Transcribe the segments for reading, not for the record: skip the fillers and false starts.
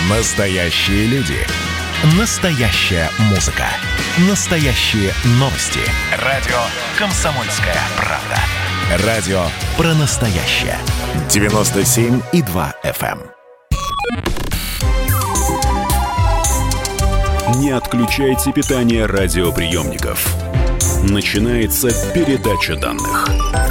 Настоящие люди. Настоящая музыка. Настоящие новости. Радио «Комсомольская правда». Радио про настоящее. 97,2 FM. Не отключайте питание радиоприемников. Начинается передача данных.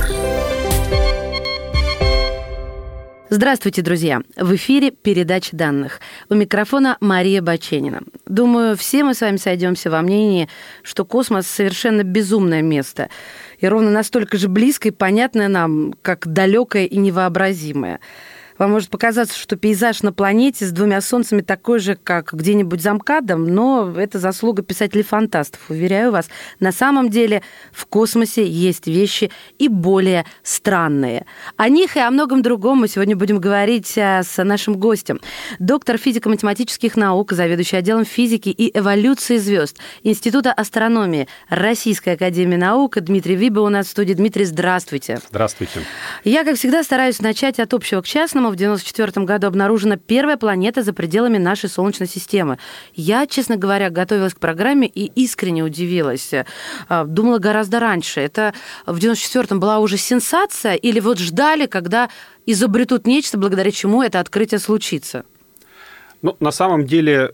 Здравствуйте, друзья! В эфире передача данных. У микрофона Мария Баченина. Думаю, все мы с вами сойдемся во мнении, что космос совершенно безумное место. И ровно настолько же близкое и понятное нам, как далекое и невообразимое. Вам может показаться, что пейзаж на планете с двумя солнцами такой же, как где-нибудь за МКАДом, но это заслуга писателей-фантастов. Уверяю вас, на самом деле в космосе есть вещи и более странные. О них и о многом другом мы сегодня будем говорить с нашим гостем. Доктор физико-математических наук, заведующий отделом физики и эволюции звезд Института астрономии Российской академии наук Дмитрий Виба у нас в студии. Дмитрий, здравствуйте. Здравствуйте. Я, как всегда, стараюсь начать от общего к частному. В 1994 году обнаружена первая планета за пределами нашей Солнечной системы. Я, честно говоря, готовилась к программе и искренне удивилась. Думала гораздо раньше. Это в 1994-м была уже сенсация или вот ждали, когда изобретут нечто, благодаря чему это открытие случится? Ну, на самом деле,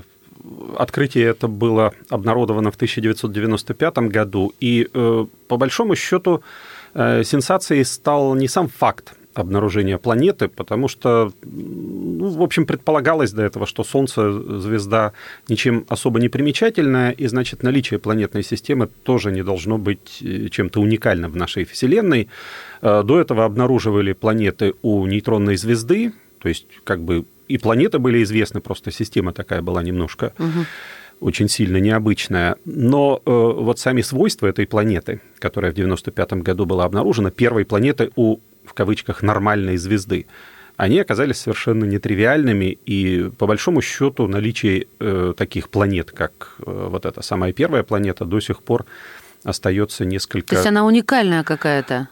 открытие это было обнародовано в 1995 году, и по большому счету сенсацией стал не сам факт обнаружения планеты, потому что, в общем, предполагалось до этого, что Солнце – звезда ничем особо не примечательная, и, значит, наличие планетной системы тоже не должно быть чем-то уникальным в нашей Вселенной. До этого обнаруживали планеты у нейтронной звезды, то есть как бы и планеты были известны, просто система такая была немножко очень сильно необычная. Но вот сами свойства этой планеты, которая в 1995 году была обнаружена, первой планеты у, в кавычках, нормальной звезды, они оказались совершенно нетривиальными, и по большому счету наличие таких планет, как вот эта самая первая планета, до сих пор остается несколько... То есть она уникальная какая-то?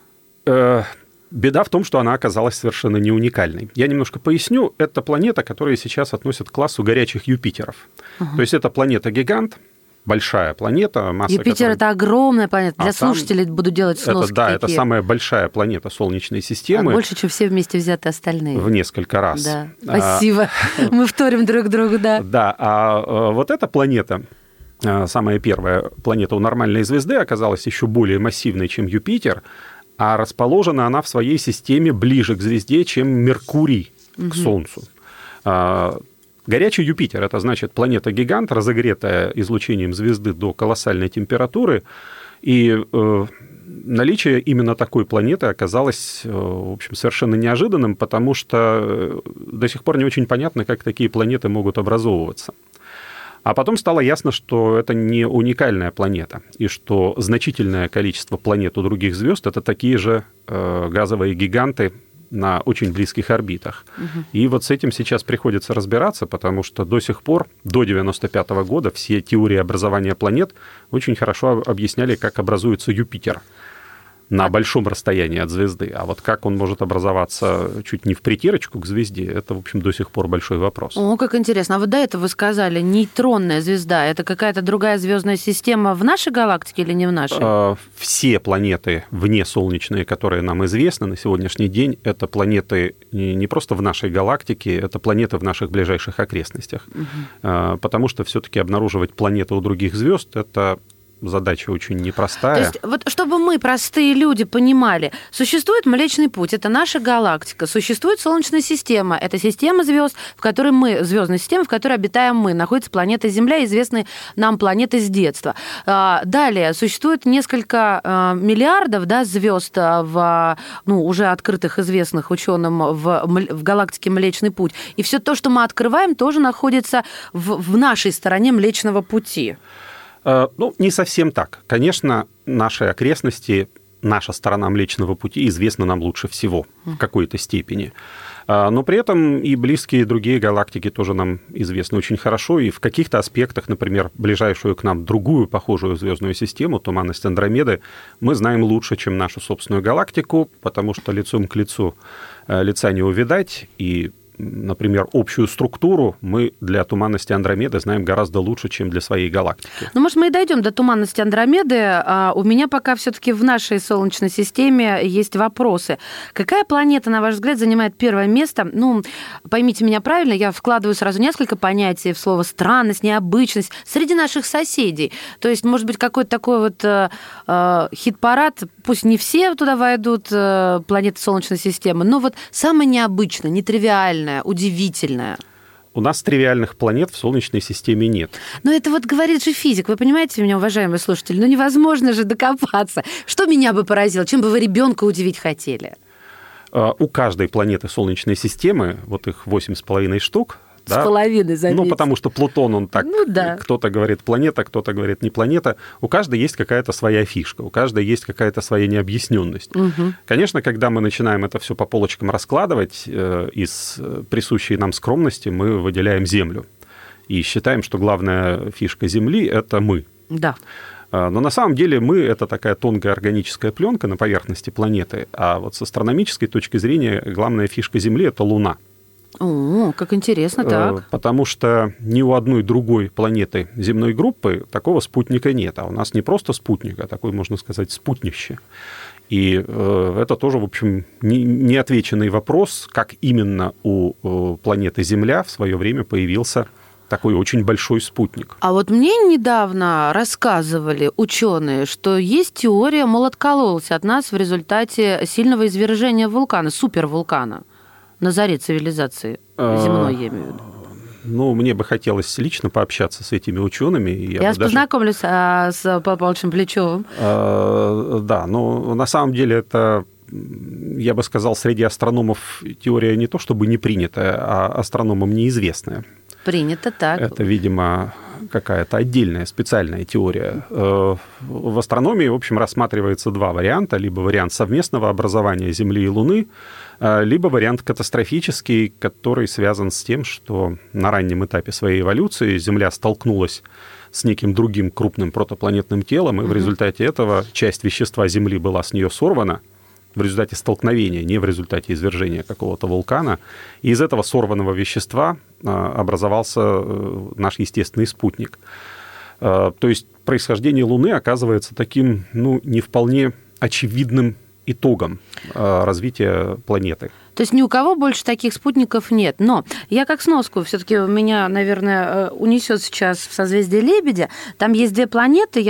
Беда в том, что она оказалась совершенно не уникальной. Я немножко поясню. Это планета, которая сейчас относят к классу горячих Юпитеров. То есть это планета-гигант, большая планета. Масса Юпитер которой... это огромная планета. Для слушателей буду делать сноски. Это самая большая планета Солнечной системы. Больше, чем все вместе взяты остальные. В несколько раз. Да. Спасибо. Мы вторим друг другу, да. Да, а вот эта планета, самая первая планета у нормальной звезды, оказалась еще более массивной, чем Юпитер, а расположена она в своей системе ближе к звезде, чем Меркурий к Солнцу. Горячий Юпитер – это значит планета-гигант, разогретая излучением звезды до колоссальной температуры, и наличие именно такой планеты оказалось, в общем, совершенно неожиданным, потому что до сих пор не очень понятно, как такие планеты могут образовываться. А потом стало ясно, что это не уникальная планета, и что значительное количество планет у других звезд это такие же газовые гиганты на очень близких орбитах. И вот с этим сейчас приходится разбираться, потому что до сих пор, до 1995 года, все теории образования планет очень хорошо объясняли, как образуется Юпитер на большом расстоянии от звезды. А вот как он может образоваться чуть не в притирочку к звезде, это, в общем, до сих пор большой вопрос. О, как интересно. А вот до этого вы сказали, нейтронная звезда, это какая-то другая звездная система в нашей галактике или не в нашей? Все планеты внесолнечные, которые нам известны на сегодняшний день, это планеты не просто в нашей галактике, это планеты в наших ближайших окрестностях. Потому что все-таки обнаруживать планеты у других звезд это задача очень непростая. То есть, вот чтобы мы, простые люди, понимали, существует Млечный Путь, это наша галактика, существует Солнечная система, это система звезд, в которой мы, звездная система, в которой обитаем мы, находится планета Земля, известные нам планеты с детства. Далее, существует несколько миллиардов звезд уже открытых, известных ученым в галактике Млечный Путь. И все то, что мы открываем, тоже находится в нашей стороне Млечного Пути. Не совсем так. Конечно, наши окрестности, наша сторона Млечного Пути известна нам лучше всего в какой-то степени. Но при этом и близкие другие галактики тоже нам известны очень хорошо, и в каких-то аспектах, например, ближайшую к нам другую похожую звездную систему, туманность Андромеды, мы знаем лучше, чем нашу собственную галактику, потому что лицом к лицу лица не увидать, и например, общую структуру мы для туманности Андромеды знаем гораздо лучше, чем для своей галактики. Ну, может, мы и дойдем до туманности Андромеды. А у меня пока все-таки в нашей Солнечной системе есть вопросы. Какая планета, на ваш взгляд, занимает первое место? Ну, поймите меня правильно, я вкладываю сразу несколько понятий в слово странность, необычность среди наших соседей. То есть, может быть, какой-то такой вот хит-парад, пусть не все туда войдут, планеты Солнечной системы, но вот самое необычное, нетривиальное, удивительное. У нас тривиальных планет в Солнечной системе нет. Но это вот говорит же физик. Вы понимаете меня, уважаемые слушатели? Ну невозможно же докопаться. Что меня бы поразило? Чем бы вы ребенка удивить хотели? У каждой планеты Солнечной системы, вот их 8,5 штук, с половиной, заметьте. Ну, потому что Плутон, он так, кто-то говорит планета, кто-то говорит не планета. У каждой есть какая-то своя фишка, у каждой есть какая-то своя необъясненность. Угу. Конечно, когда мы начинаем это все по полочкам раскладывать, из присущей нам скромности мы выделяем Землю. И считаем, что главная фишка Земли – это мы. Да. Но на самом деле мы – это такая тонкая органическая пленка на поверхности планеты, а вот с астрономической точки зрения главная фишка Земли – это Луна. О, как интересно, так. Потому что ни у одной другой планеты земной группы такого спутника нет. А у нас не просто спутник, а такой, можно сказать, спутнище. И это тоже, в общем, неотвеченный вопрос, как именно у планеты Земля в свое время появился такой очень большой спутник. А вот мне недавно рассказывали ученые, что есть теория, мол, откололась от нас в результате сильного извержения вулкана, супервулкана. На заре цивилизации земной, я имею в виду. Ну, мне бы хотелось лично пообщаться с этими учеными. Я познакомлюсь с Павлом Павловичем Плечевым. Да, но на самом деле это, я бы сказал, среди астрономов теория не то чтобы не принятая, а астрономам неизвестная. Принято, так. Это, видимо, какая-то отдельная специальная теория. В астрономии, в общем, рассматривается два варианта. Либо вариант совместного образования Земли и Луны, либо вариант катастрофический, который связан с тем, что на раннем этапе своей эволюции Земля столкнулась с неким другим крупным протопланетным телом, и в результате этого часть вещества Земли была с нее сорвана, в результате столкновения, не в результате извержения какого-то вулкана. И из этого сорванного вещества образовался наш естественный спутник. То есть происхождение Луны оказывается таким, ну, не вполне очевидным итогом развития планеты. То есть ни у кого больше таких спутников нет. Но я как сноску, все-таки меня, наверное, унесет сейчас в созвездие Лебедя. Там есть две планеты.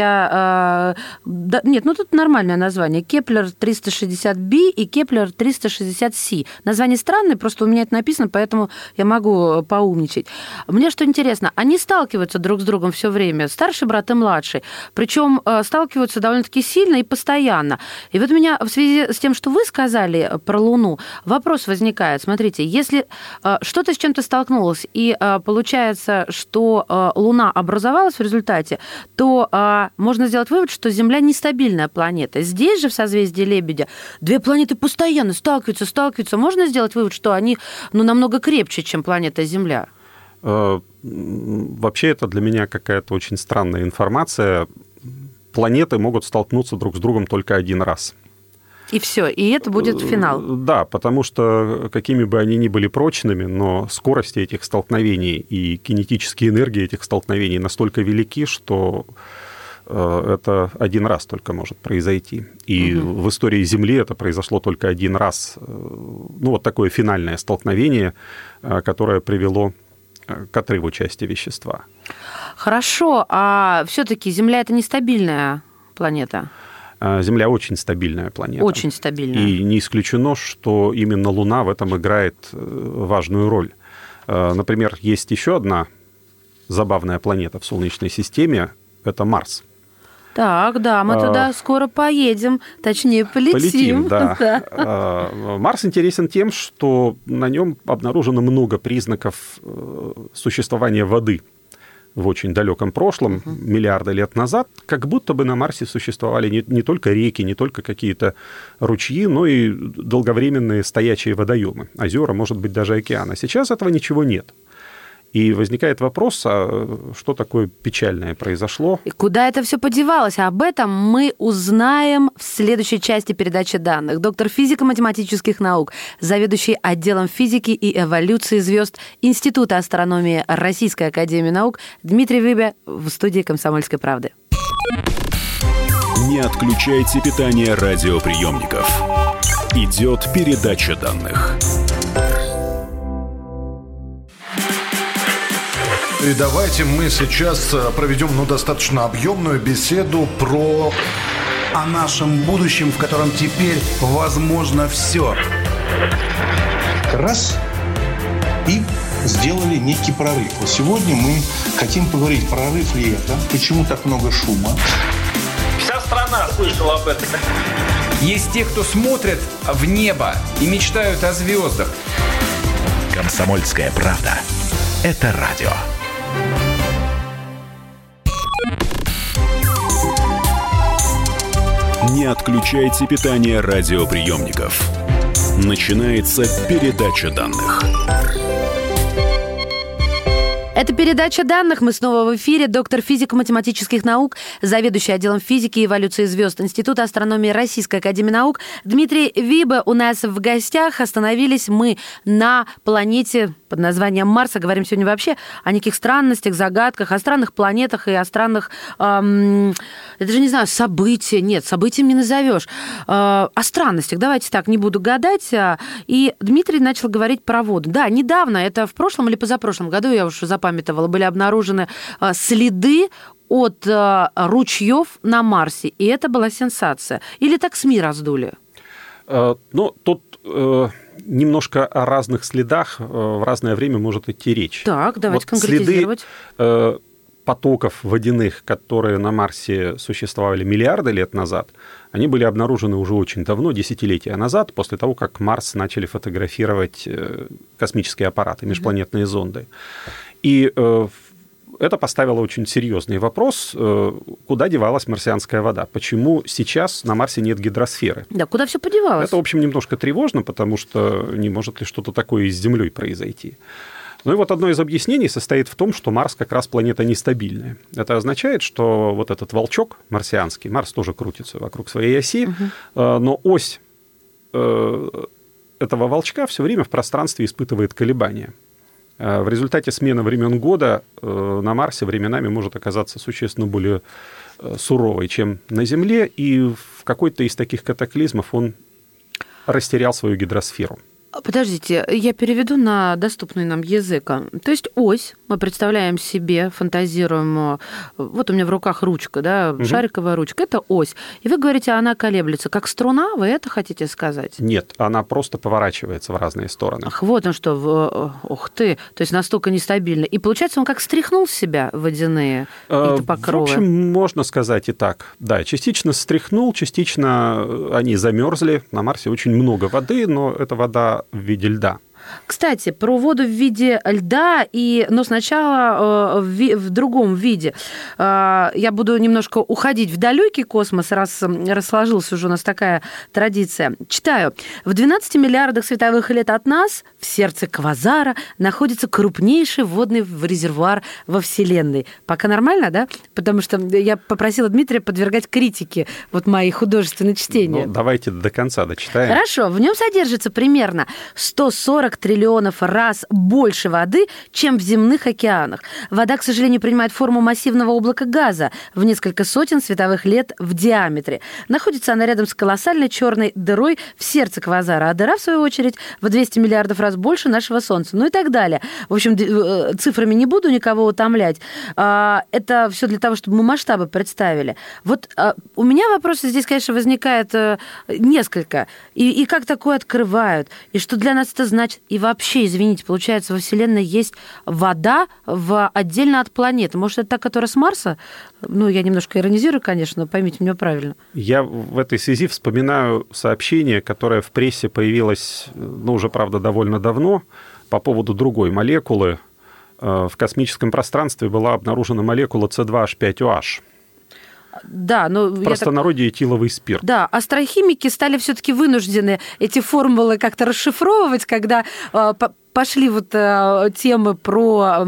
Нет, ну тут нормальное название. Кеплер-360b и Кеплер-360c. Название странное, просто у меня это написано, поэтому я могу поумничать. Мне что интересно, они сталкиваются друг с другом все время, старший брат и младший. Причем сталкиваются довольно-таки сильно и постоянно. И вот у меня в связи с тем, что вы сказали про Луну, вопрос возникает. Смотрите, если что-то с чем-то столкнулось, и получается, что Луна образовалась в результате, то можно сделать вывод, что Земля нестабильная планета. Здесь же, в созвездии Лебедя, две планеты постоянно сталкиваются. Можно сделать вывод, что они намного крепче, чем планета Земля? Вообще, это для меня какая-то очень странная информация. Планеты могут столкнуться друг с другом только один раз. И все, и это будет финал. Да, потому что какими бы они ни были прочными, но скорости этих столкновений и кинетические энергии этих столкновений настолько велики, что это один раз только может произойти. И в истории Земли это произошло только один раз. Ну, вот такое финальное столкновение, которое привело к отрыву части вещества. Хорошо, а все-таки Земля – это нестабильная планета? Земля очень стабильная планета. Очень стабильная. И не исключено, что именно Луна в этом играет важную роль. Например, есть еще одна забавная планета в Солнечной системе – это Марс. Так, да, мы туда скоро поедем, точнее, полетим. Да. Марс интересен тем, что на нем обнаружено много признаков существования воды. В очень далеком прошлом, миллиарды лет назад, как будто бы на Марсе существовали не только реки, не только какие-то ручьи, но и долговременные стоячие водоемы, озера, может быть, даже океаны. Сейчас этого ничего нет. И возникает вопрос, а что такое печальное произошло? И куда это все подевалось? Об этом мы узнаем в следующей части передачи данных. Доктор физико-математических наук, заведующий отделом физики и эволюции звезд Института астрономии Российской академии наук Дмитрий Вибе в студии «Комсомольской правды». Не отключайте питание радиоприемников. Идет передача данных. И давайте мы сейчас проведем достаточно объемную беседу о нашем будущем, в котором теперь возможно все. Раз и сделали некий прорыв. Вот сегодня мы хотим поговорить, прорыв ли это, почему так много шума. Вся страна слышала об этом. Есть те, кто смотрят в небо и мечтают о звездах. «Комсомольская правда» — это радио. Не отключайте питание радиоприемников. Начинается передача данных. Это передача данных. Мы снова в эфире. Доктор физико-математических наук, заведующий отделом физики и эволюции звезд Института астрономии Российской академии наук Дмитрий Вибе у нас в гостях. Остановились мы на планете под названием Марс. Говорим сегодня вообще о неких странностях, загадках, о странных планетах и о странных, я даже не знаю, события. Нет, событием не назовешь. О странностях. Давайте так, не буду гадать. И Дмитрий начал говорить про воду. Да, недавно, это в прошлом или позапрошлом году, я уже запамятовала, были обнаружены следы от ручьев на Марсе. И это была сенсация. Или так СМИ раздули? Ну, тут немножко о разных следах в разное время может идти речь. Так, давайте конкретизировать. Следы потоков водяных, которые на Марсе существовали миллиарды лет назад, они были обнаружены уже очень давно, десятилетия назад, после того, как Марс начали фотографировать космические аппараты, межпланетные зонды. И это поставило очень серьезный вопрос, куда девалась марсианская вода, почему сейчас на Марсе нет гидросферы. Да, куда все подевалось? Это, в общем, немножко тревожно, потому что не может ли что-то такое и с Землей произойти. Ну и вот одно из объяснений состоит в том, что Марс как раз планета нестабильная. Это означает, что вот этот волчок марсианский, Марс тоже крутится вокруг своей оси, но ось этого волчка все время в пространстве испытывает колебания. В результате смены времен года на Марсе временами может оказаться существенно более суровой, чем на Земле, и в какой-то из таких катаклизмов он растерял свою гидросферу. Подождите, я переведу на доступный нам язык. То есть ось, мы представляем себе, фантазируем, вот у меня в руках ручка, да, шариковая ручка, это ось. И вы говорите, она колеблется, как струна, вы это хотите сказать? Нет, она просто поворачивается в разные стороны. Ах, вот он что, ух ты, то есть настолько нестабильно. И получается, он как стряхнул с себя водяные покровы? В общем, можно сказать и так. Да, частично стряхнул, частично они замерзли. На Марсе очень много воды, но эта вода в виде льда. Кстати, про воду в виде льда, но сначала в другом виде. Я буду немножко уходить в далекий космос, раз сложилась уже у нас такая традиция. Читаю. В 12 миллиардах световых лет от нас, в сердце квазара, находится крупнейший водный резервуар во Вселенной. Пока нормально, да? Потому что я попросила Дмитрия подвергать критике вот мои художественные чтения. Ну, давайте до конца дочитаем. Хорошо. В нем содержится примерно 140 триллионов раз больше воды, чем в земных океанах. Вода, к сожалению, принимает форму массивного облака газа в несколько сотен световых лет в диаметре. Находится она рядом с колоссальной черной дырой в сердце квазара, а дыра, в свою очередь, в 200 миллиардов раз больше нашего Солнца. Ну и так далее. В общем, цифрами не буду никого утомлять. Это все для того, чтобы мы масштабы представили. Вот у меня вопросы здесь, конечно, возникает несколько. И как такое открывают? И что для нас это значит? И вообще, извините, получается, во Вселенной есть вода отдельно от планеты. Может, это та, которая с Марса? Ну, я немножко иронизирую, конечно, но поймите меня правильно. Я в этой связи вспоминаю сообщение, которое в прессе появилось, ну, уже, правда, довольно давно, по поводу другой молекулы. В космическом пространстве была обнаружена молекула C2H5OH. Да, но... В простонародье этиловый спирт. Да, астрохимики стали все-таки вынуждены эти формулы как-то расшифровывать, когда пошли вот темы про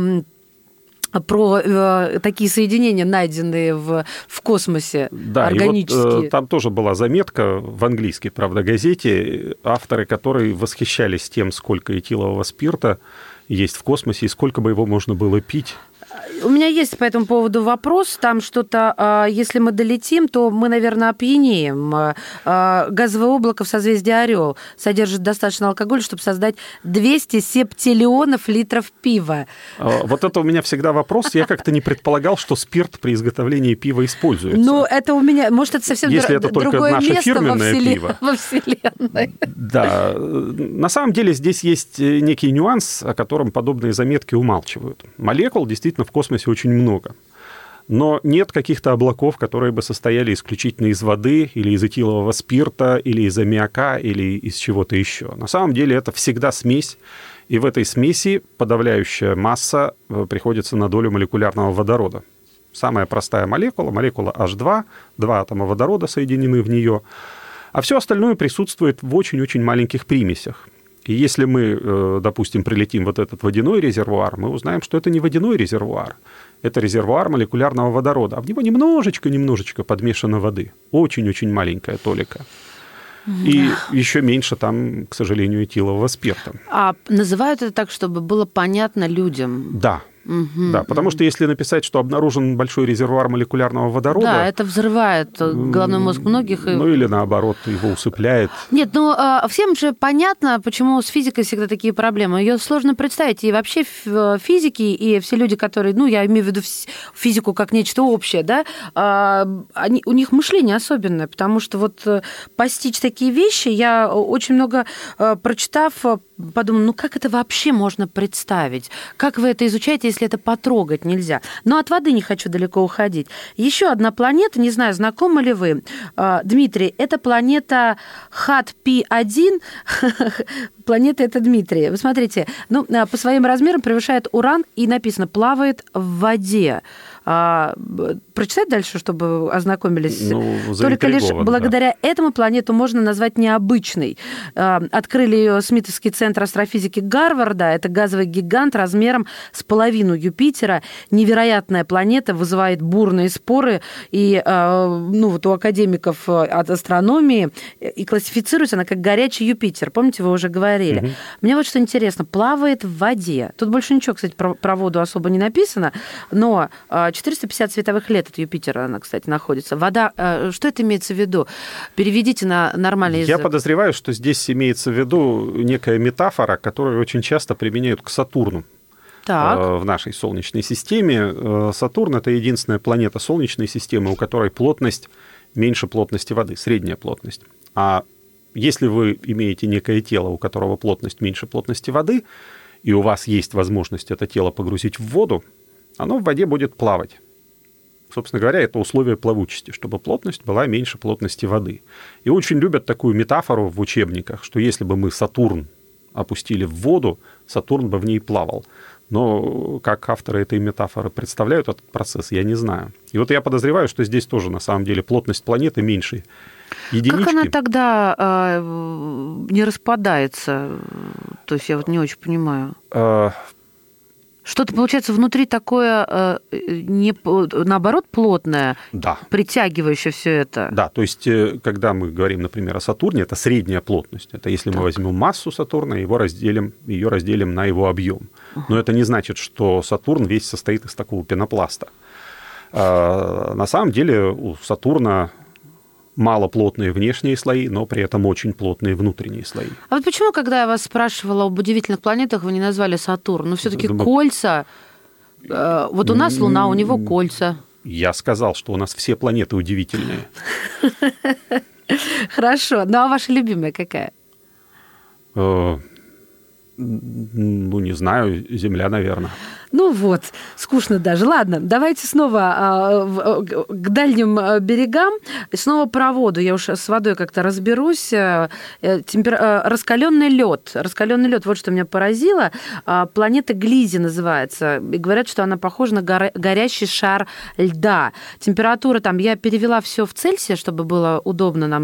такие соединения, найденные в космосе, да, органические. И вот, там тоже была заметка в английской, правда, газете, авторы которой восхищались тем, сколько этилового спирта есть в космосе и сколько бы его можно было пить. У меня есть по этому поводу вопрос. Там что-то, если мы долетим, то мы, наверное, опьянеем. Газовое облако в созвездии Орел содержит достаточно алкоголя, чтобы создать 200 септиллионов литров пива. Вот это у меня всегда вопрос. Я как-то не предполагал, что спирт при изготовлении пива используется. Ну, это у меня... Может, это совсем если это только другое наше место фирменное пиво. во Вселенной. Да. На самом деле здесь есть некий нюанс, о котором подобные заметки умалчивают. Молекул действительно в космосе очень много. Но нет каких-то облаков, которые бы состояли исключительно из воды или из этилового спирта, или из аммиака, или из чего-то еще. На самом деле это всегда смесь, и в этой смеси подавляющая масса приходится на долю молекулярного водорода. Самая простая молекула H2, 2 атома водорода соединены в нее, а все остальное присутствует в очень-очень маленьких примесях. И если мы, допустим, прилетим вот этот водяной резервуар, мы узнаем, что это не водяной резервуар, это резервуар молекулярного водорода, а в него немножечко подмешано воды. Очень-очень маленькая толика. И еще меньше там, к сожалению, этилового спирта. А называют это так, чтобы было понятно людям? Да. Да, потому что если написать, что обнаружен большой резервуар молекулярного водорода... Да, это взрывает головной мозг многих. Ну, или наоборот, его усыпляет. Нет, ну, всем же понятно, почему с физикой всегда такие проблемы. Ее сложно представить. И вообще физики, и все люди, которые... Ну, я имею в виду физику как нечто общее, да, у них мышление особенное, потому что вот постичь такие вещи, я очень много прочитав, подумала, ну, как это вообще можно представить? Как вы это изучаете, если это потрогать нельзя? Но от воды не хочу далеко уходить. Еще одна планета, не знаю, знакомы ли вы, Дмитрий, это планета ХАТ-P1. Планета это Дмитрий. Вы смотрите, ну, по своим размерам превышает Уран и написано «плавает в воде». Прочитать дальше, чтобы ознакомились? Ну, только лишь благодаря этому планету можно назвать необычной. Открыли ее Смитовский центр астрофизики Гарварда. Это газовый гигант размером с половину Юпитера. Невероятная планета, вызывает бурные споры. И ну, вот у академиков от астрономии и классифицируется она как горячий Юпитер. Помните, вы уже говорили. Угу. Мне вот что интересно. Плавает в воде. Тут больше ничего, кстати, про воду особо не написано. Но 450 световых лет от Юпитера она, кстати, находится. Вода, что это имеется в виду? Переведите на нормальный язык. Я подозреваю, что здесь имеется в виду некая метафора, которую очень часто применяют к Сатурну. В нашей Солнечной системе. Сатурн – это единственная планета Солнечной системы, у которой плотность меньше плотности воды, средняя плотность. А если вы имеете некое тело, у которого плотность меньше плотности воды, и у вас есть возможность это тело погрузить в воду, оно в воде будет плавать. Собственно говоря, это условие плавучести, чтобы плотность была меньше плотности воды. И очень любят такую метафору в учебниках, что если бы мы Сатурн опустили в воду, Сатурн бы в ней плавал. Но как авторы этой метафоры представляют этот процесс, я не знаю. И вот я подозреваю, что здесь тоже на самом деле плотность планеты меньше единички. Как она тогда не распадается? То есть я вот не очень понимаю. Что-то, получается, внутри такое, наоборот, плотное, да, притягивающее все это. Да, то есть, когда мы говорим, например, о Сатурне, это средняя плотность. Это если мы возьмем массу Сатурна, ее разделим на его объем. Но это не значит, что Сатурн весь состоит из такого пенопласта. На самом деле у Сатурна малоплотные внешние слои, но при этом очень плотные внутренние слои. А вот почему, когда я вас спрашивала об удивительных планетах, вы не назвали Сатурн? Но все-таки кольца. Вот у нас Луна, у него кольца. Я сказал, что у нас все планеты удивительные. Хорошо. Ну, а ваша любимая какая? Ну, не знаю, Земля, наверное. Ну вот, скучно даже. Ладно, давайте снова к дальним берегам, снова про воду. Я уж с водой как-то разберусь. Раскаленный лед. Раскаленный лед, вот что меня поразило. Планета Глизи называется. И говорят, что она похожа на горящий шар льда. Температура там, я перевела все в Цельсия, чтобы было удобно нам.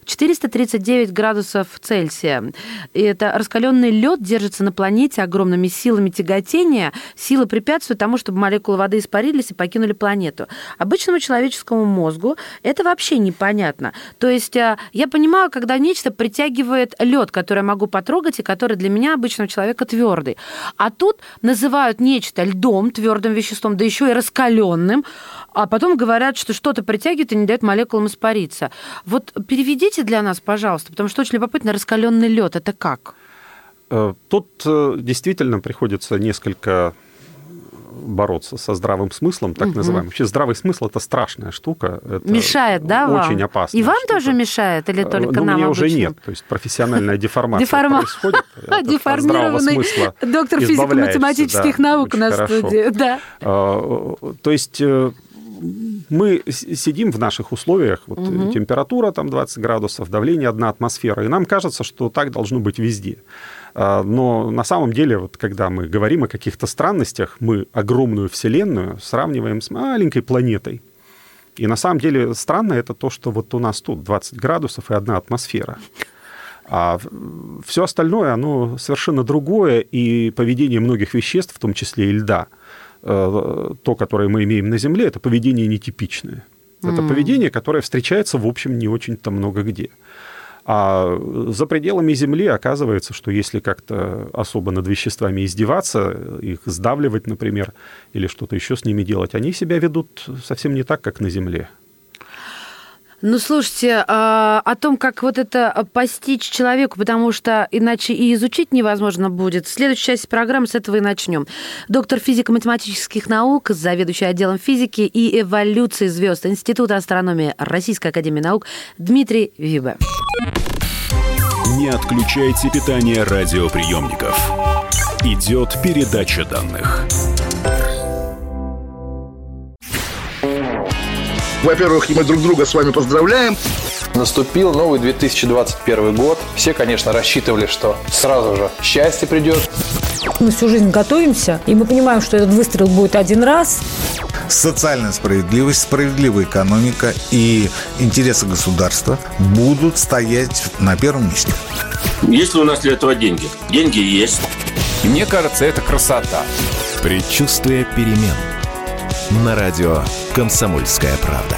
439 градусов Цельсия. И это раскаленный лед держится на планете огромными силами тяготения. Силы препятствуют тому, чтобы молекулы воды испарились и покинули планету. Обычному человеческому мозгу это вообще непонятно. То есть я понимаю, когда нечто притягивает лед, который я могу потрогать и который для меня, обычного человека, твердый. А тут называют нечто льдом, твердым веществом, да еще и раскаленным, а потом говорят, что что-то притягивает и не дает молекулам испариться. Вот переведите для нас, пожалуйста, потому что очень любопытно, раскаленный лед это как? Тут действительно приходится несколько бороться со здравым смыслом, так называемым. Вообще здравый смысл – это страшная штука. Это мешает, да, вам? Очень опасно. И вам тоже мешает или только нам мне обычным? уже нет. То есть профессиональная деформация происходит. Деформированный доктор физико-математических наук у нас в студии. Да. То есть мы сидим в наших условиях, вот температура там 20 градусов, давление 1 атмосфера, и нам кажется, что так должно быть везде. Но на самом деле, вот, когда мы говорим о каких-то странностях, мы огромную Вселенную сравниваем с маленькой планетой. И на самом деле странно это то, что вот у нас тут 20 градусов и 1 атмосфера. А все остальное, оно совершенно другое, и поведение многих веществ, в том числе и льда, то, которое мы имеем на Земле, это поведение нетипичное. Это поведение, которое встречается, в общем, не очень-то много где. А за пределами Земли оказывается, что если как-то особо над веществами издеваться, их сдавливать, например, или что-то еще с ними делать, они себя ведут совсем не так, как на Земле. Ну, слушайте, о том, как вот это постичь человеку, потому что иначе и изучить невозможно будет. В следующей части программы с этого и начнем. Доктор физико-математических наук, заведующий отделом физики и эволюции звезд Института астрономии Российской академии наук Дмитрий Виба. Не отключайте питание радиоприемников. Идет передача данных. Во-первых, мы друг друга с вами поздравляем. Наступил новый 2021 год. Все, конечно, рассчитывали, что сразу же счастье придет. Мы всю жизнь готовимся, и мы понимаем, что этот выстрел будет один раз. Социальная справедливость, справедливая экономика и интересы государства будут стоять на первом месте. Есть ли у нас для этого деньги? Деньги есть. И мне кажется, это красота. Предчувствие перемен. На радио «Комсомольская правда».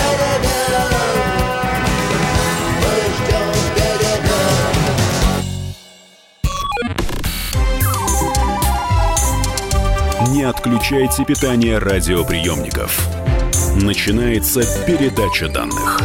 Не отключайте питание радиоприемников. Начинается передача данных.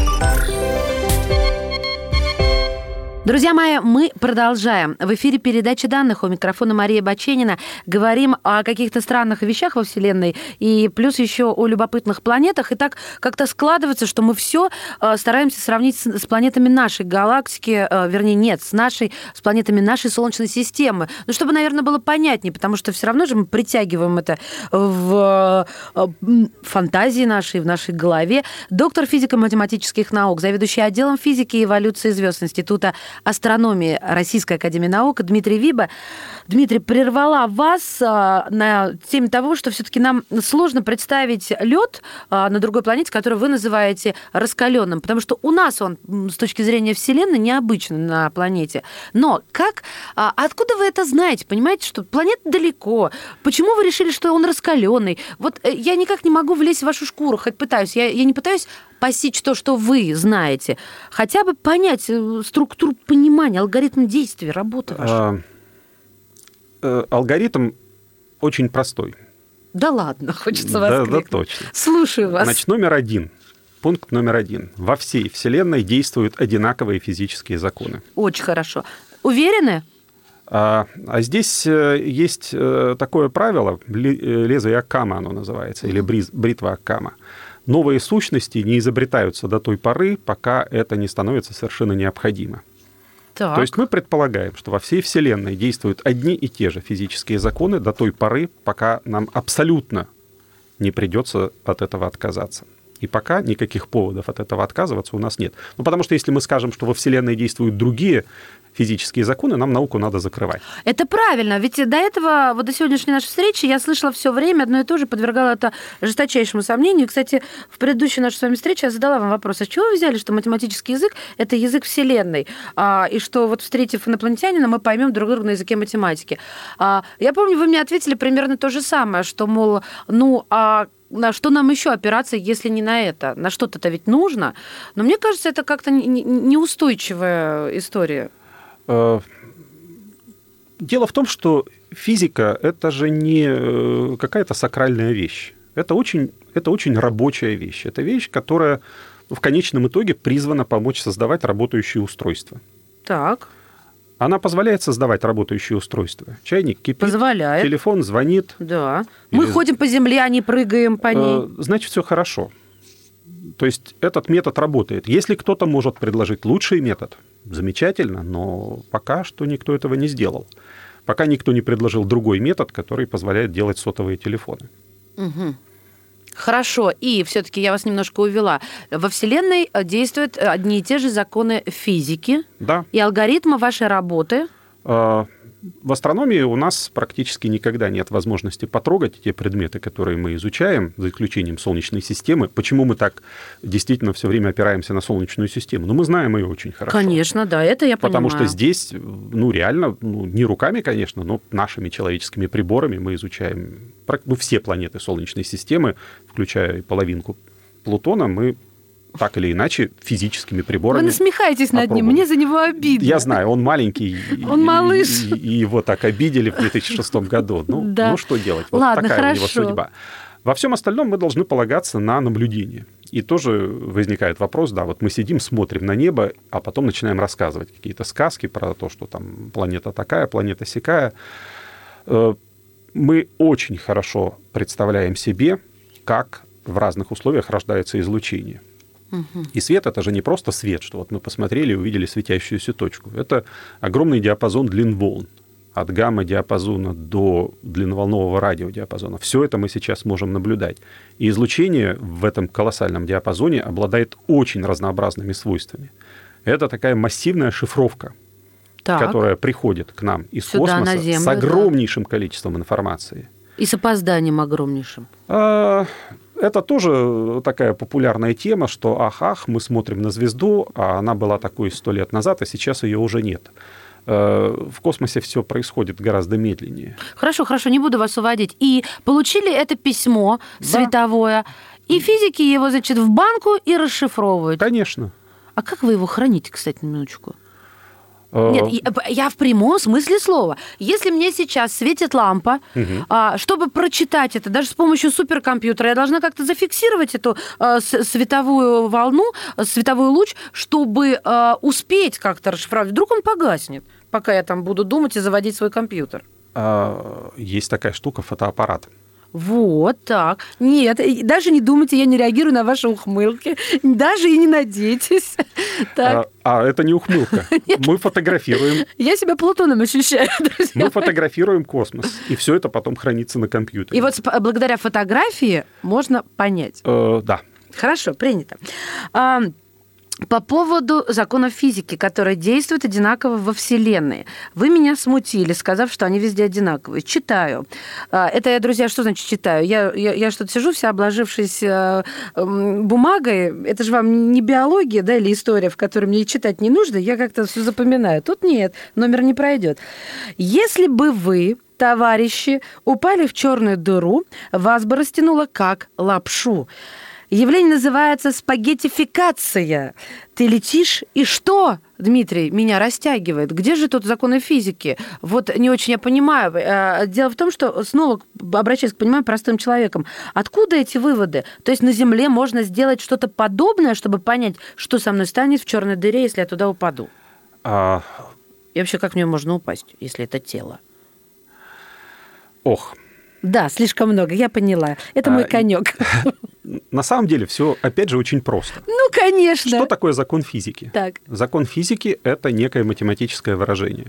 Друзья мои, мы продолжаем. В эфире передача данных. У микрофона Мария Баченина. Говорим о каких-то странных вещах во Вселенной и плюс еще о любопытных планетах. И так как-то складывается, что мы все стараемся сравнить с планетами нашей галактики, вернее, нет, с планетами нашей Солнечной системы. Ну, чтобы, наверное, было понятнее, потому что все равно же мы притягиваем это в фантазии нашей, в нашей голове. Доктор физико-математических наук, заведующий отделом физики и эволюции звезд Института астрономии Российской академии наук Дмитрий Виба. Дмитрий, прервала вас на теме того, что все-таки нам сложно представить лед на другой планете, который вы называете раскаленным, потому что у нас он с точки зрения Вселенной необычный на планете. Но откуда вы это знаете? Понимаете, что планета далеко. Почему вы решили, что он раскаленный? Вот я никак не могу влезть в вашу шкуру, хоть пытаюсь. Я не пытаюсь постичь то, что вы знаете. Хотя бы понять структуру понимания, алгоритм действий, работы вашей. Алгоритм очень простой. Да ладно, хочется воскликнуть. Да, точно. Слушаю вас. Значит, пункт номер 1. Во всей Вселенной действуют одинаковые физические законы. Очень хорошо. Уверены? А здесь есть такое правило, лезвие Оккама оно называется, или бритва Оккама. Новые сущности не изобретаются до той поры, пока это не становится совершенно необходимо. То есть мы предполагаем, что во всей Вселенной действуют одни и те же физические законы до той поры, пока нам абсолютно не придется от этого отказаться. И пока никаких поводов от этого отказываться у нас нет. Ну, потому что если мы скажем, что во Вселенной действуют другие физические законы, нам науку надо закрывать. Это правильно, ведь до этого, вот до сегодняшней нашей встречи я слышала все время одно и то же, подвергала это жесточайшему сомнению. Кстати, в предыдущей нашей с вами встрече я задала вам вопрос, а с чего вы взяли, что математический язык – это язык Вселенной, и что вот встретив инопланетянина, мы поймем друг друга на языке математики. Я помню, вы мне ответили примерно то же самое, что, мол, на что нам еще опираться, если не на это? На что-то ведь нужно. Но мне кажется, это как-то неустойчивая история. Дело в том, что физика – это же не какая-то сакральная вещь. Это очень рабочая вещь. Это вещь, которая в конечном итоге призвана помочь создавать работающие устройства. Так. Она позволяет создавать работающие устройства. Чайник кипит, позволяет. Телефон звонит. Да. Мы ходим по земле, а не прыгаем по ней. Значит, все хорошо. То есть этот метод работает. Если кто-то может предложить лучший метод, замечательно, но пока что никто этого не сделал. Пока никто не предложил другой метод, который позволяет делать сотовые телефоны. Угу. Хорошо, и все-таки я вас немножко увела. Во Вселенной действуют одни и те же законы физики, да. И алгоритмы вашей работы. В астрономии у нас практически никогда нет возможности потрогать те предметы, которые мы изучаем, за исключением Солнечной системы. Почему мы так действительно все время опираемся на Солнечную систему? Ну, мы знаем ее очень хорошо. Конечно, да, это я понимаю. Потому что здесь, реально, не руками, конечно, но нашими человеческими приборами мы изучаем все планеты Солнечной системы, включая половинку Плутона, мы так или иначе физическими приборами. Вы насмехаетесь над ним, мне за него обидно. Я знаю, он маленький. Он малыш. И его так обидели в 2006 году. Ну, что делать? Вот ладно, такая хорошо. У него судьба. Во всем остальном мы должны полагаться на наблюдение. И тоже возникает вопрос, да, вот мы сидим, смотрим на небо, а потом начинаем рассказывать какие-то сказки про то, что там планета такая, планета сякая. Мы очень хорошо представляем себе, как в разных условиях рождается излучение. И свет – это же не просто свет, что вот мы посмотрели и увидели светящуюся точку. Это огромный диапазон длин волн, от гамма-диапазона до длинноволнового радиодиапазона. Все это мы сейчас можем наблюдать. И излучение в этом колоссальном диапазоне обладает очень разнообразными свойствами. Это такая массивная шифровка, которая приходит к нам из космоса на Землю, с огромнейшим количеством информации. И с опозданием огромнейшим. Это тоже такая популярная тема, что мы смотрим на звезду, а она была такой 100 лет назад, а сейчас ее уже нет. В космосе все происходит гораздо медленнее. Хорошо, не буду вас уводить. И получили это письмо световое, и физики его, значит, в банку и расшифровывают. Конечно. А как вы его храните, кстати, минуточку? Нет, я в прямом смысле слова. Если мне сейчас светит лампа, чтобы прочитать это, даже с помощью суперкомпьютера, я должна как-то зафиксировать эту световую волну, световой луч, чтобы успеть как-то расшифровать. Вдруг он погаснет, пока я там буду думать и заводить свой компьютер. Есть такая штука — фотоаппарат. Вот так. Нет, даже не думайте, я не реагирую на ваши ухмылки. Даже и не надейтесь. Так. Это не ухмылка. Мы фотографируем. Я себя Плутоном ощущаю, друзья. Мы фотографируем космос, и все это потом хранится на компьютере. И вот благодаря фотографии можно понять. Да. Хорошо, принято. По поводу законов физики, которые действуют одинаково во Вселенной. Вы меня смутили, сказав, что они везде одинаковые. Читаю. Это я, друзья, что значит читаю? Я что-то сижу, вся обложившись бумагой. Это же вам не биология, да, или история, в которой мне читать не нужно. Я как-то все запоминаю. Тут нет, номер не пройдет. Если бы вы, товарищи, упали в черную дыру, вас бы растянуло как лапшу. Явление называется спагеттификация. Ты летишь, и что, Дмитрий, меня растягивает? Где же тут законы физики? Вот не очень я понимаю. Дело в том, что, снова обращаясь к пониманию простым человеком, откуда эти выводы? То есть на Земле можно сделать что-то подобное, чтобы понять, что со мной станет в черной дыре, если я туда упаду? И вообще, как в нее можно упасть, если это тело? Ох. Да, слишком много, я поняла. Это мой конек. На самом деле все, опять же, очень просто. Ну, конечно. Что такое закон физики? Так. Закон физики – это некое математическое выражение,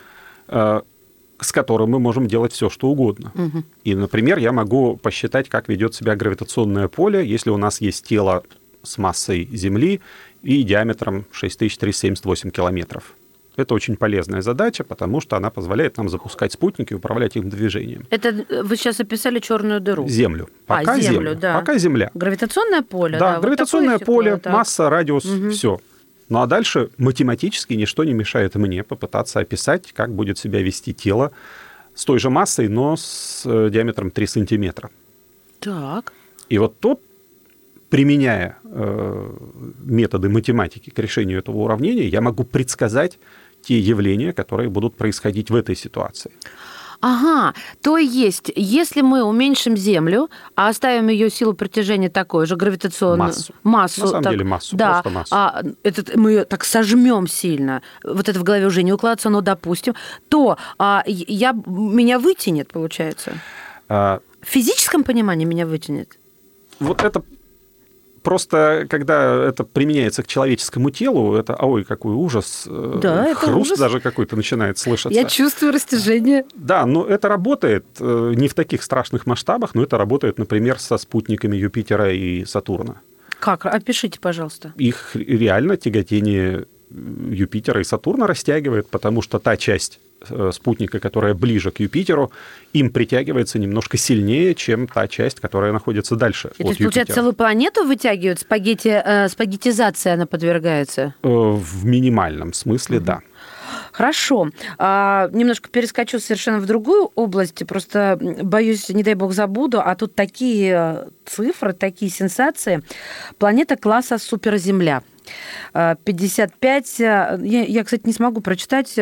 с которым мы можем делать все, что угодно. Угу. И, например, я могу посчитать, как ведет себя гравитационное поле, если у нас есть тело с массой Земли и диаметром 6378 километров. Это очень полезная задача, потому что она позволяет нам запускать спутники и управлять их движением. Это вы сейчас описали черную дыру? Землю. Пока Землю, да. Пока Земля. Гравитационное поле, да. Гравитационное вот поле, стекло, масса, радиус, все. Ну а дальше математически ничто не мешает мне попытаться описать, как будет себя вести тело с той же массой, но с диаметром 3 сантиметра. Так. И вот тут, применяя методы математики к решению этого уравнения, я могу предсказать те явления, которые будут происходить в этой ситуации. Ага, то есть, если мы уменьшим Землю, а оставим ее силу притяжения такой же, гравитационную... Массу. На самом деле массу, да, просто массу. Мы ее так сожмем сильно, вот это в голове уже не укладывается, но допустим, то меня вытянет, получается. В физическом понимании меня вытянет? Вот это... Просто, когда это применяется к человеческому телу, это, ой, какой ужас, да, хруст ужас. Даже какой-то начинает слышаться. Я чувствую растяжение. Да, но это работает не в таких страшных масштабах, но это работает, например, со спутниками Юпитера и Сатурна. Как? Опишите, пожалуйста. Их реально тяготение Юпитера и Сатурна растягивает, потому что та часть спутника, которая ближе к Юпитеру, им притягивается немножко сильнее, чем та часть, которая находится дальше от Юпитера. То есть, получается, целую планету вытягивают? Спагеттизация она подвергается? В минимальном смысле, да. Хорошо. Немножко перескочу совершенно в другую область. Просто боюсь, не дай бог забуду, а тут такие цифры, такие сенсации. Планета класса суперземля. 55, я, кстати, не смогу прочитать,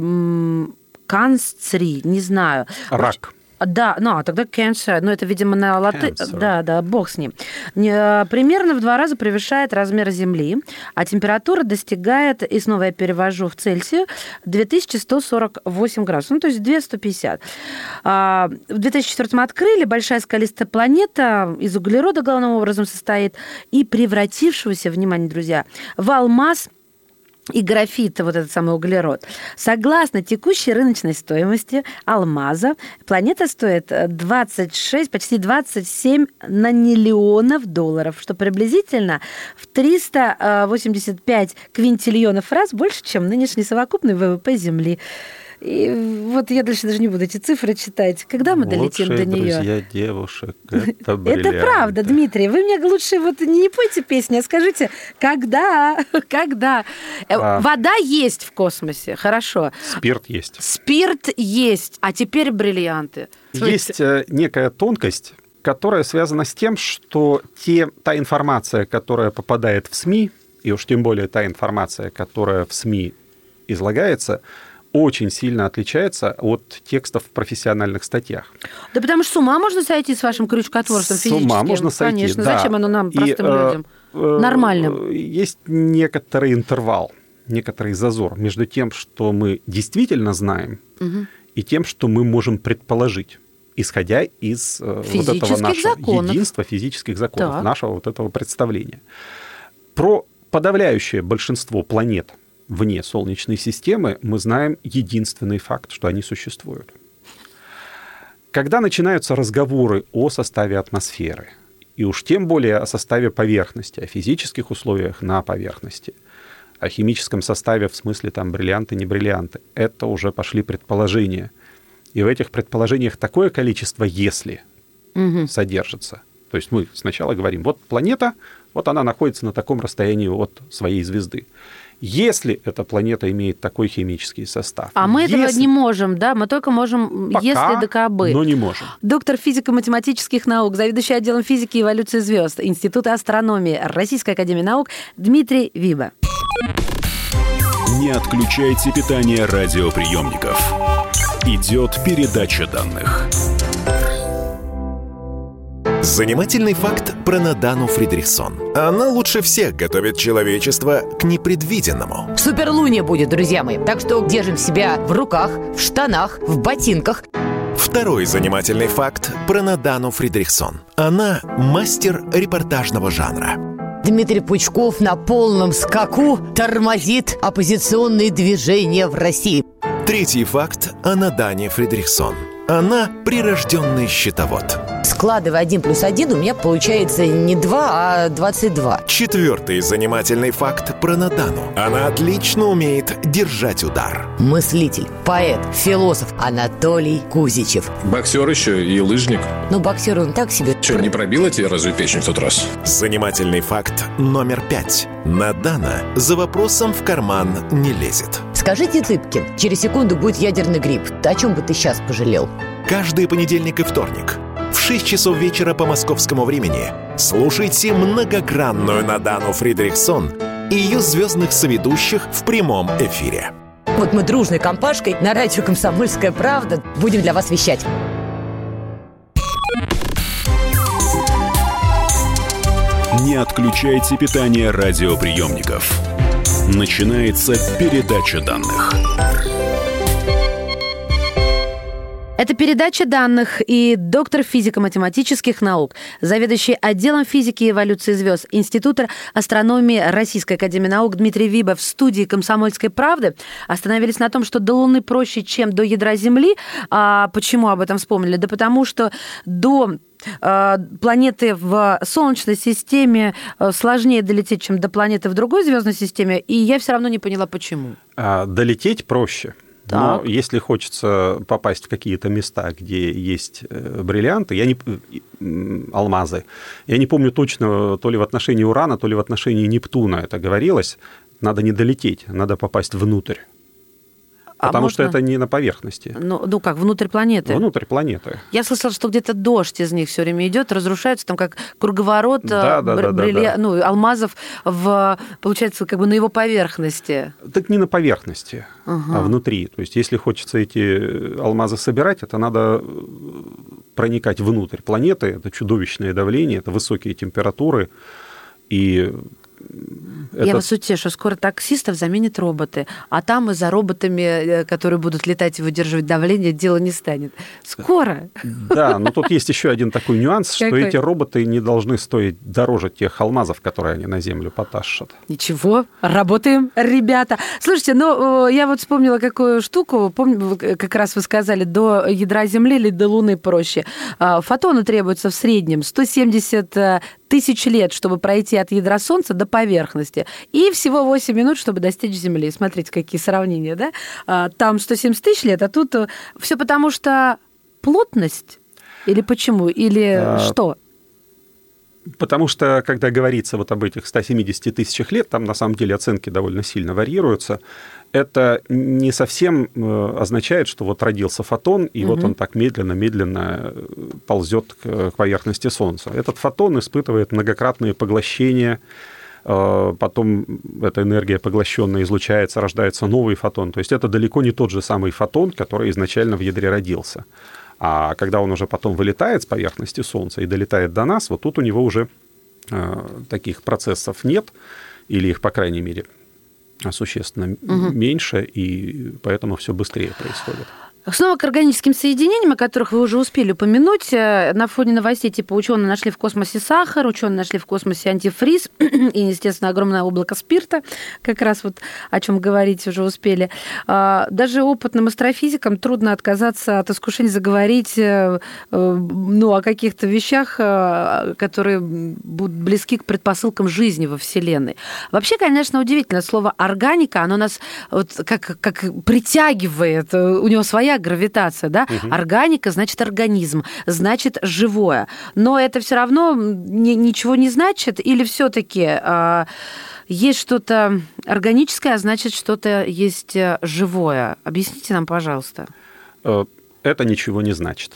Канцри, не знаю. Рак. Да, тогда cancer, но это, видимо, на латыни. Да, бог с ним. Примерно в 2 раза превышает размер Земли, а температура достигает, и снова я перевожу в Цельсию, 2148 градусов, то есть 2150. В 2004-м открыли, большая скалистая планета из углерода главным образом состоит, и превратившегося, внимание, друзья, в алмаз и графит, вот этот самый углерод. Согласно текущей рыночной стоимости алмаза, планета стоит 26, почти 27 наниллионов долларов, что приблизительно в 385 квинтиллионов раз больше, чем нынешний совокупный ВВП Земли. И вот я дальше даже не буду эти цифры читать. Когда мы долетим до нее? Лучшие друзья девушек — это бриллианты. Это правда, Дмитрий. Вы мне лучше не пойте песни, а скажите, когда? Вода есть в космосе, хорошо. Спирт есть. Спирт есть, а теперь бриллианты. Есть некая тонкость, которая связана с тем, что та информация, которая попадает в СМИ, и уж тем более та информация, которая в СМИ излагается, очень сильно отличается от текстов в профессиональных статьях. Да потому что с ума можно сойти с вашим крючкотворством физическим. С ума можно сойти, конечно. да. Зачем оно нам, простым людям, нормальным? Есть некоторый интервал, некоторый зазор между тем, что мы действительно знаем, и тем, что мы можем предположить, исходя из вот этого нашего единства физических законов, нашего вот этого представления. Про подавляющее большинство планет вне Солнечной системы мы знаем единственный факт, что они существуют. Когда начинаются разговоры о составе атмосферы, и уж тем более о составе поверхности, о физических условиях на поверхности, о химическом составе в смысле там бриллианты, не бриллианты, это уже пошли предположения. И в этих предположениях такое количество «если» содержится. То есть мы сначала говорим, вот планета, вот она находится на таком расстоянии от своей звезды. Если эта планета имеет такой химический состав. А мы этого не можем, да? Мы только можем, пока, если да кабы. Но не можем. Доктор физико-математических наук, заведующий отделом физики и эволюции звезд Института астрономии Российской академии наук Дмитрий Виба. Не отключайте питание радиоприемников. Идет передача данных. Занимательный факт про Надану Фридрихсон. Она лучше всех готовит человечество к непредвиденному. Суперлуния будет, друзья мои. Так что держим себя в руках, в штанах, в ботинках. Второй занимательный факт про Надану Фридрихсон. Она мастер репортажного жанра. Дмитрий Пучков на полном скаку тормозит оппозиционные движения в России. Третий факт о Надане Фридрихсон. Она прирожденный счетовод. Складывая 1 + 1, у меня получается не 2, а 22. Четвертый занимательный факт про Надану. Она отлично умеет держать удар. Мыслитель, поэт, философ Анатолий Кузичев. Боксер еще и лыжник. Ну, боксер он так себе. Что, не пробила тебе разве печень в тот раз? Занимательный факт номер 5. Надана за вопросом в карман не лезет. Скажите, Цыпкин, через секунду будет ядерный грипп. О чем бы ты сейчас пожалел? Каждый понедельник и вторник в 6 часов вечера по московскому времени слушайте многогранную Надану Фридрихсон и ее звездных соведущих в прямом эфире. Вот мы дружной компашкой на радио «Комсомольская правда» будем для вас вещать. Не отключайте питание радиоприемников. Начинается передача данных. Это передача данных и доктор физико-математических наук, заведующий отделом физики и эволюции звезд Института астрономии Российской академии наук Дмитрий Виба в студии «Комсомольской правды». Остановились на том, что до Луны проще, чем до ядра Земли. А почему об этом вспомнили? Да потому что до планеты в Солнечной системе сложнее долететь, чем до планеты в другой звездной системе, и я все равно не поняла, почему. Долететь проще. Так. Но если хочется попасть в какие-то места, где есть бриллианты, алмазы, я не помню точно, то ли в отношении Урана, то ли в отношении Нептуна это говорилось, надо не долететь, надо попасть внутрь. Потому что это не на поверхности. Ну как, внутрь планеты? Внутрь планеты. Я слышала, что где-то дождь из них все время идет, разрушаются, там как круговорот алмазов получается, как бы на его поверхности. Так не на поверхности, а внутри. То есть если хочется эти алмазы собирать, это надо проникать внутрь планеты. Это чудовищное давление, это высокие температуры. И я вас утешу, скоро таксистов заменят роботы, а там и за роботами, которые будут летать и выдерживать давление, дело не станет. Скоро. Да, но тут есть еще один такой нюанс, что эти роботы не должны стоить дороже тех алмазов, которые они на Землю потащат. Ничего, работаем, ребята. Слушайте, я вот вспомнила какую штуку, помню, как раз вы сказали, до ядра Земли или до Луны проще. Фотону требуется в среднем 170 тысяч лет, чтобы пройти от ядра Солнца до поверхности. И всего 8 минут, чтобы достичь Земли. Смотрите, какие сравнения, да? Там 170 тысяч лет, а тут все потому что плотность? Или почему? Или что? Потому что, когда говорится вот об этих 170 тысячах лет, там на самом деле оценки довольно сильно варьируются. Это не совсем означает, что вот родился фотон, и вот он так медленно-медленно ползет к поверхности Солнца. Этот фотон испытывает многократные поглощения, потом эта энергия поглощенная излучается, рождается новый фотон. То есть это далеко не тот же самый фотон, который изначально в ядре родился. А когда он уже потом вылетает с поверхности Солнца и долетает до нас, вот тут у него уже таких процессов нет, или их, по крайней мере, существенно меньше, и поэтому все быстрее происходит. Снова к органическим соединениям, о которых вы уже успели упомянуть. На фоне новостей типа ученые нашли в космосе сахар, ученые нашли в космосе антифриз и, естественно, огромное облако спирта, как раз вот о чем говорить уже успели. Даже опытным астрофизикам трудно отказаться от искушения заговорить о каких-то вещах, которые будут близки к предпосылкам жизни во Вселенной. Вообще, конечно, удивительно, слово «органика», оно нас вот как притягивает, у него своя гравитация, да? Органика значит организм, значит живое. Но это все равно ничего не значит, или все-таки есть что-то органическое, а значит, что-то есть живое? Объясните нам, пожалуйста. Это ничего не значит.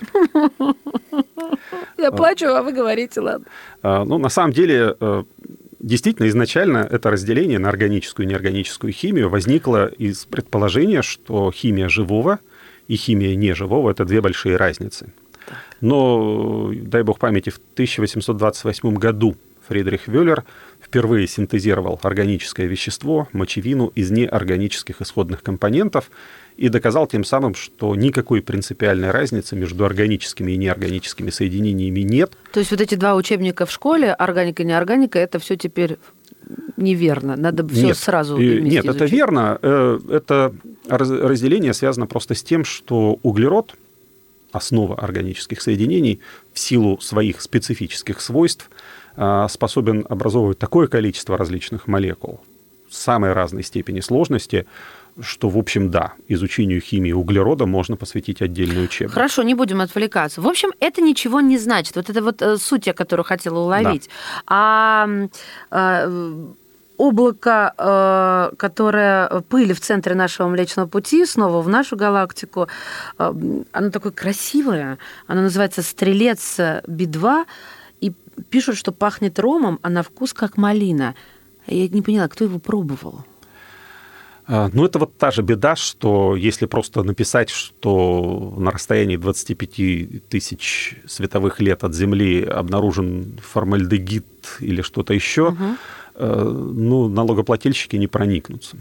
Я плачу, а вы говорите, ладно. На самом деле, действительно, изначально это разделение на органическую и неорганическую химию возникло из предположения, что химия живого и химия неживого – это две большие разницы. Но, дай бог памяти, в 1828 году Фридрих Вёллер впервые синтезировал органическое вещество, мочевину, из неорганических исходных компонентов и доказал тем самым, что никакой принципиальной разницы между органическими и неорганическими соединениями нет. То есть вот эти два учебника в школе, органика и неорганика, это все теперь неверно? Надо все сразу вместе Нет, изучить? это верно. Это разделение связано просто с тем, что углерод, основа органических соединений, в силу своих специфических свойств способен образовывать такое количество различных молекул самой разной степени сложности, что, в общем, да, изучению химии углерода можно посвятить отдельный учебник. Хорошо, не будем отвлекаться. В общем, это ничего не значит. Вот это вот суть, я которую хотела уловить. Да. Облако, которое пыль в центре нашего Млечного Пути, снова в нашу галактику, оно такое красивое. Оно называется Стрелец B2, и пишут, что пахнет ромом, а на вкус как малина. Я не поняла, кто его пробовал? Ну, это вот та же беда, что если просто написать, что на расстоянии 25 тысяч световых лет от Земли обнаружен формальдегид или что-то еще, ну, налогоплательщики не проникнутся.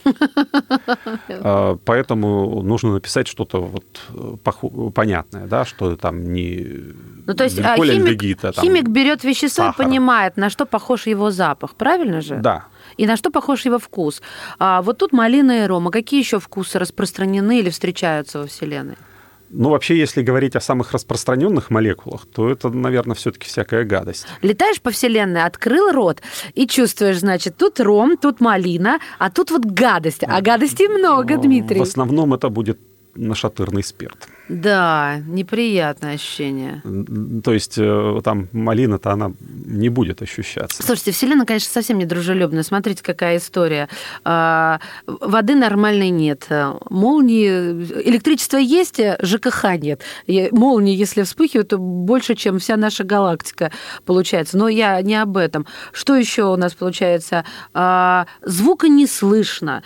Поэтому нужно написать что-то вот понятное, да, что там не... Ну, то есть химик берет вещество и понимает, на что похож его запах, правильно же? Да. И на что похож его вкус. Вот тут малина и ром. А какие еще вкусы распространены или встречаются во Вселенной? Ну, вообще, если говорить о самых распространенных молекулах, то это, наверное, все-таки всякая гадость. Летаешь по Вселенной, открыл рот и чувствуешь, значит, тут ром, тут малина, а тут вот гадость. А гадостей много, Дмитрий. В основном это будет нашатырный спирт. Да, неприятное ощущение. То есть там малина-то она не будет ощущаться. Слушайте, Вселенная, конечно, совсем не дружелюбная. Смотрите, какая история. Воды нормальной нет. Молнии... Электричество есть, ЖКХ нет. Молнии, если вспыхивают, то больше, чем вся наша галактика получается. Но я не об этом. Что еще у нас получается? Звука не слышно.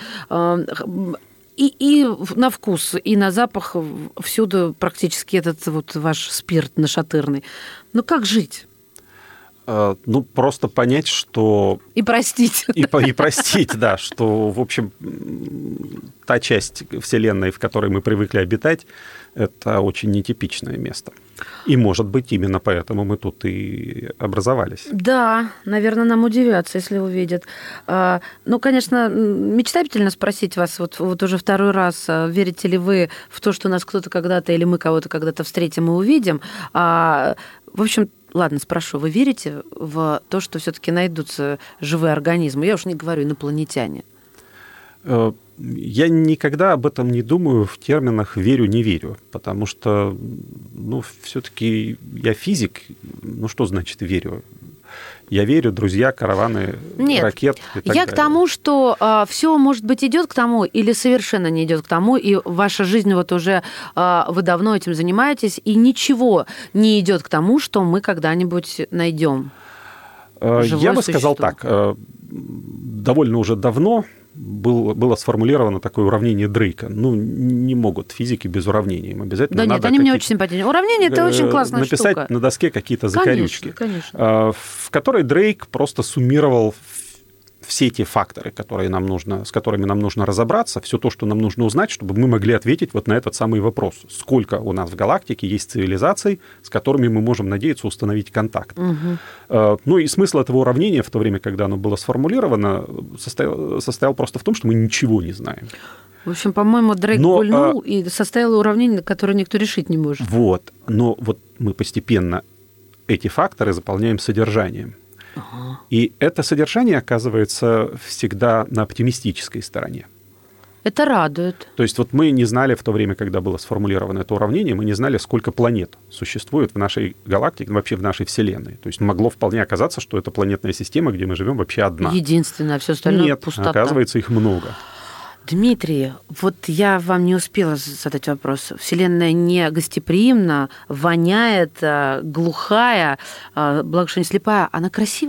И на вкус, и на запах всюду практически этот вот ваш спирт нашатырный. Ну, как жить? Ну, просто понять, что... И простить. И простить, да, что, в общем, та часть Вселенной, в которой мы привыкли обитать, это очень нетипичное место. И, может быть, именно поэтому мы тут и образовались. Да, наверное, нам удивятся, если увидят. Ну, конечно, мечтательно спросить вас вот уже второй раз, верите ли вы в то, что нас кто-то когда-то или мы кого-то когда-то встретим и увидим. В общем, ладно, спрошу, вы верите в то, что все-таки найдутся живые организмы? Я уж не говорю инопланетяне. Я никогда об этом не думаю в терминах «верю-не верю», потому что, ну, все-таки я физик, ну, что значит «верю»? Я верю, друзья, караваны, ракет и так далее. Я к тому, что все, может быть, идет к тому или совершенно не идет к тому, и ваша жизнь вот уже вы давно этим занимаетесь, и ничего не идет к тому, что мы когда-нибудь найдем. Я бы сказал так, довольно уже давно было сформулировано такое уравнение Дрейка. Ну, не могут физики без уравнений. Им обязательно надо... Да нет, они мне очень симпатичны. Уравнение – это очень классная написать штука. На доске какие-то закорючки. Конечно. В которой Дрейк просто суммировал все те факторы, с которыми нам нужно разобраться, все то, что нам нужно узнать, чтобы мы могли ответить вот на этот самый вопрос. Сколько у нас в галактике есть цивилизаций, с которыми мы можем надеяться установить контакт. Угу. Ну и смысл этого уравнения в то время, когда оно было сформулировано, состоял просто в том, что мы ничего не знаем. В общем, по-моему, Дрейк гульнул и составил уравнение, которое никто решить не может. Вот. Но вот мы постепенно эти факторы заполняем содержанием. И это содержание оказывается всегда на оптимистической стороне. Это радует. То есть вот мы не знали в то время, когда было сформулировано это уравнение, мы не знали, сколько планет существует в нашей галактике, вообще в нашей Вселенной. То есть могло вполне оказаться, что это планетная система, где мы живем, вообще одна. Единственная, а все остальное пустота. Оказывается, их много. Дмитрий, вот я вам не успела задать вопрос. Вселенная не гостеприимна, воняет, глухая, благо, что не слепая. Она красивая?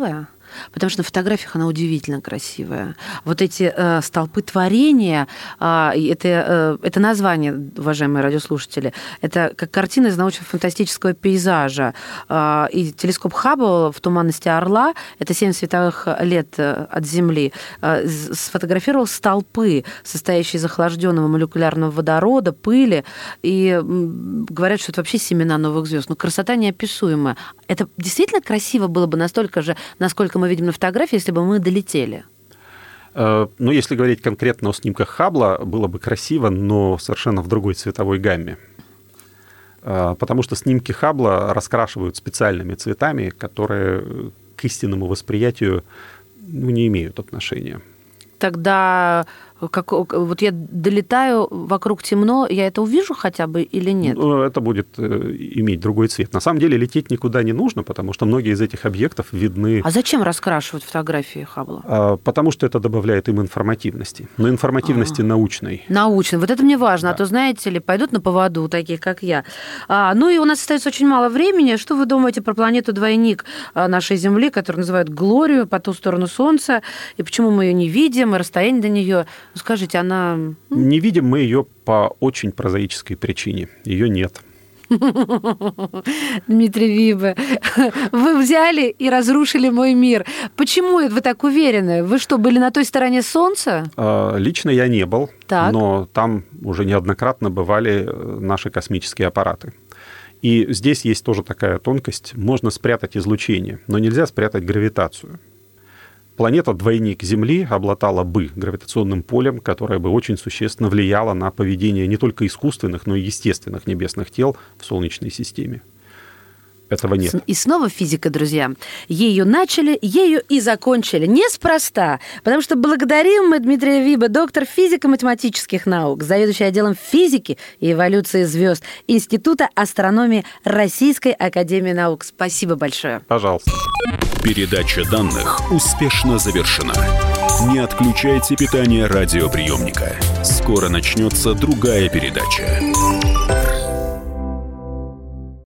Потому что на фотографиях она удивительно красивая. Вот эти столпы творения, это название, уважаемые радиослушатели, это как картина из научно-фантастического пейзажа. И телескоп Хаббл в туманности Орла, это 7 световых лет от Земли, сфотографировал столпы, состоящие из охлажденного молекулярного водорода, пыли, и говорят, что это вообще семена новых звезд. Но красота неописуемая. Это действительно красиво было бы настолько же, насколько мы видим на фотографии, если бы мы долетели? Ну, если говорить конкретно о снимках Хаббла, было бы красиво, но совершенно в другой цветовой гамме. Потому что снимки Хаббла раскрашивают специальными цветами, которые к истинному восприятию не имеют отношения. Тогда вот я долетаю, вокруг темно, я это увижу хотя бы или нет? Ну, это будет иметь другой цвет. На самом деле лететь никуда не нужно, потому что многие из этих объектов видны... А зачем раскрашивать фотографии Хаббла? Потому что это добавляет им информативности. Но информативности научной. Научной. Вот это мне важно. Да. А то, знаете ли, пойдут на поводу у таких, как я. Ну и у нас остается очень мало времени. Что вы думаете про планету-двойник нашей Земли, которую называют Глорию, по ту сторону Солнца? И почему мы ее не видим, и расстояние до нее... Скажите, она... Не видим мы ее по очень прозаической причине. Ее нет. Дмитрий Вибе, вы взяли и разрушили мой мир. Почему вы так уверены? Вы что, были на той стороне Солнца? Лично я не был, так. Но там уже неоднократно бывали наши космические аппараты. И здесь есть тоже такая тонкость. Можно спрятать излучение, но нельзя спрятать гравитацию. Планета-двойник Земли обладала бы гравитационным полем, которое бы очень существенно влияло на поведение не только искусственных, но и естественных небесных тел в Солнечной системе. Этого нет. И снова физика, друзья. Ею начали, ею и закончили. Неспроста. Потому что благодарим мы Дмитрия Вибе, доктор физико-математических наук, заведующий отделом физики и эволюции звезд Института астрономии Российской академии наук. Спасибо большое. Пожалуйста. Передача данных успешно завершена. Не отключайте питание радиоприемника. Скоро начнется другая передача.